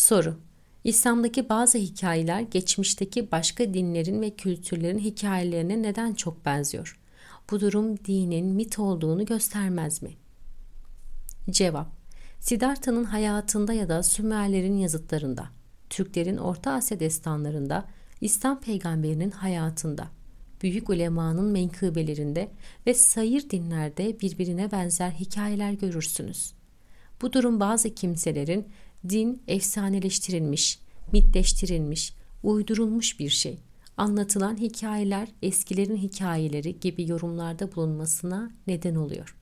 Soru: İslam'daki bazı hikayeler geçmişteki başka dinlerin ve kültürlerin hikayelerine neden çok benziyor? Bu durum dinin mit olduğunu göstermez mi? Cevap: Siddhartha'nın hayatında ya da Sümerlerin yazıtlarında, Türklerin Orta Asya destanlarında, İslam peygamberinin hayatında, büyük ulemanın menkıbelerinde ve sayır dinlerde birbirine benzer hikayeler görürsünüz. Bu durum bazı kimselerin din efsaneleştirilmiş, mitleştirilmiş, uydurulmuş bir şey, anlatılan hikayeler eskilerin hikayeleri gibi yorumlarda bulunmasına neden oluyor.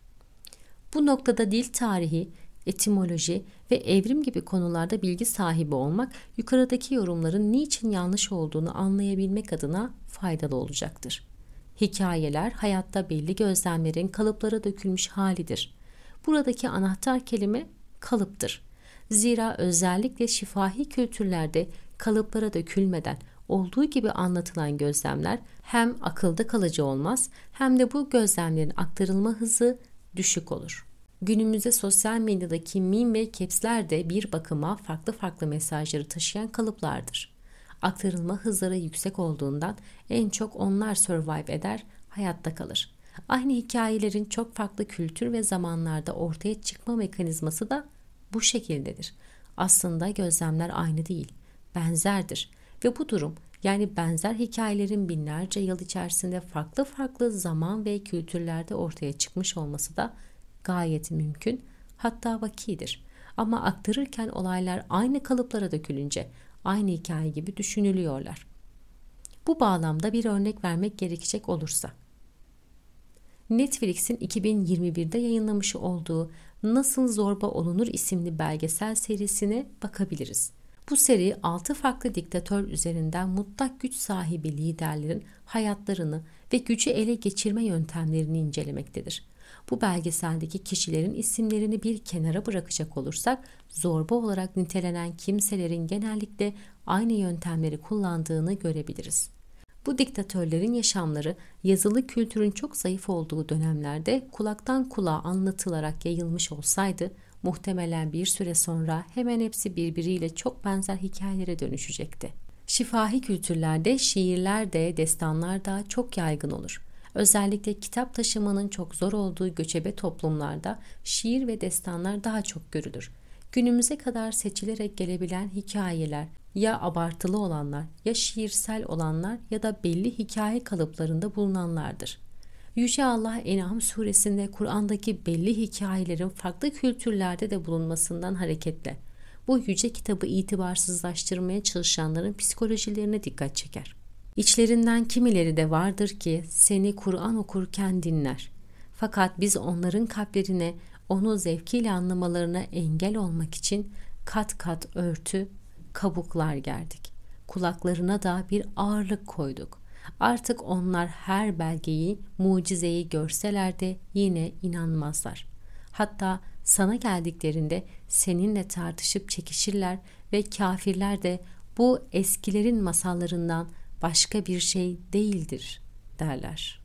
Bu noktada dil tarihi, etimoloji ve evrim gibi konularda bilgi sahibi olmak, yukarıdaki yorumların niçin yanlış olduğunu anlayabilmek adına faydalı olacaktır. Hikayeler hayatta belli gözlemlerin kalıplara dökülmüş halidir. Buradaki anahtar kelime kalıptır. Zira özellikle şifahi kültürlerde kalıplara dökülmeden olduğu gibi anlatılan gözlemler hem akılda kalıcı olmaz hem de bu gözlemlerin aktarılma hızı düşük olur. Günümüzde sosyal medyadaki meme ve caps'ler de bir bakıma farklı mesajları taşıyan kalıplardır. Aktarılma hızları yüksek olduğundan en çok onlar survive eder, hayatta kalır. Aynı hikayelerin çok farklı kültür ve zamanlarda ortaya çıkma mekanizması da bu şekildedir. Aslında gözlemler aynı değil, benzerdir ve bu durum, yani benzer hikayelerin binlerce yıl içerisinde farklı zaman ve kültürlerde ortaya çıkmış olması da gayet mümkün, hatta vakidir. Ama aktarırken olaylar aynı kalıplara dökülünce aynı hikaye gibi düşünülüyorlar. Bu bağlamda bir örnek vermek gerekecek olursa, Netflix'in 2021'de yayınlamış olduğu Nasıl Zorba Olunur isimli belgesel serisine bakabiliriz. Bu seri 6 farklı diktatör üzerinden mutlak güç sahibi liderlerin hayatlarını ve gücü ele geçirme yöntemlerini incelemektedir. Bu belgeseldeki kişilerin isimlerini bir kenara bırakacak olursak, zorba olarak nitelenen kimselerin genellikle aynı yöntemleri kullandığını görebiliriz. Bu diktatörlerin yaşamları yazılı kültürün çok zayıf olduğu dönemlerde kulaktan kulağa anlatılarak yayılmış olsaydı, muhtemelen bir süre sonra hemen hepsi birbiriyle çok benzer hikayelere dönüşecekti. Şifahi kültürlerde şiirler de destanlar da çok yaygın olur. Özellikle kitap taşımanın çok zor olduğu göçebe toplumlarda şiir ve destanlar daha çok görülür. Günümüze kadar seçilerek gelebilen hikayeler ya abartılı olanlar, ya şiirsel olanlar ya da belli hikaye kalıplarında bulunanlardır. Yüce Allah En'am suresinde Kur'an'daki belli hikayelerin farklı kültürlerde de bulunmasından hareketle bu yüce kitabı itibarsızlaştırmaya çalışanların psikolojilerine dikkat çeker. İçlerinden kimileri de vardır ki seni Kur'an okurken dinler. Fakat biz onların kalplerine onu zevkiyle anlamalarına engel olmak için kat kat örtü, kabuklar gerdik. Kulaklarına da bir ağırlık koyduk. Artık onlar her belgeyi, mucizeyi görseler de yine inanmazlar. Hatta sana geldiklerinde seninle tartışıp çekişirler ve kafirler de bu eskilerin masallarından başka bir şey değildir derler.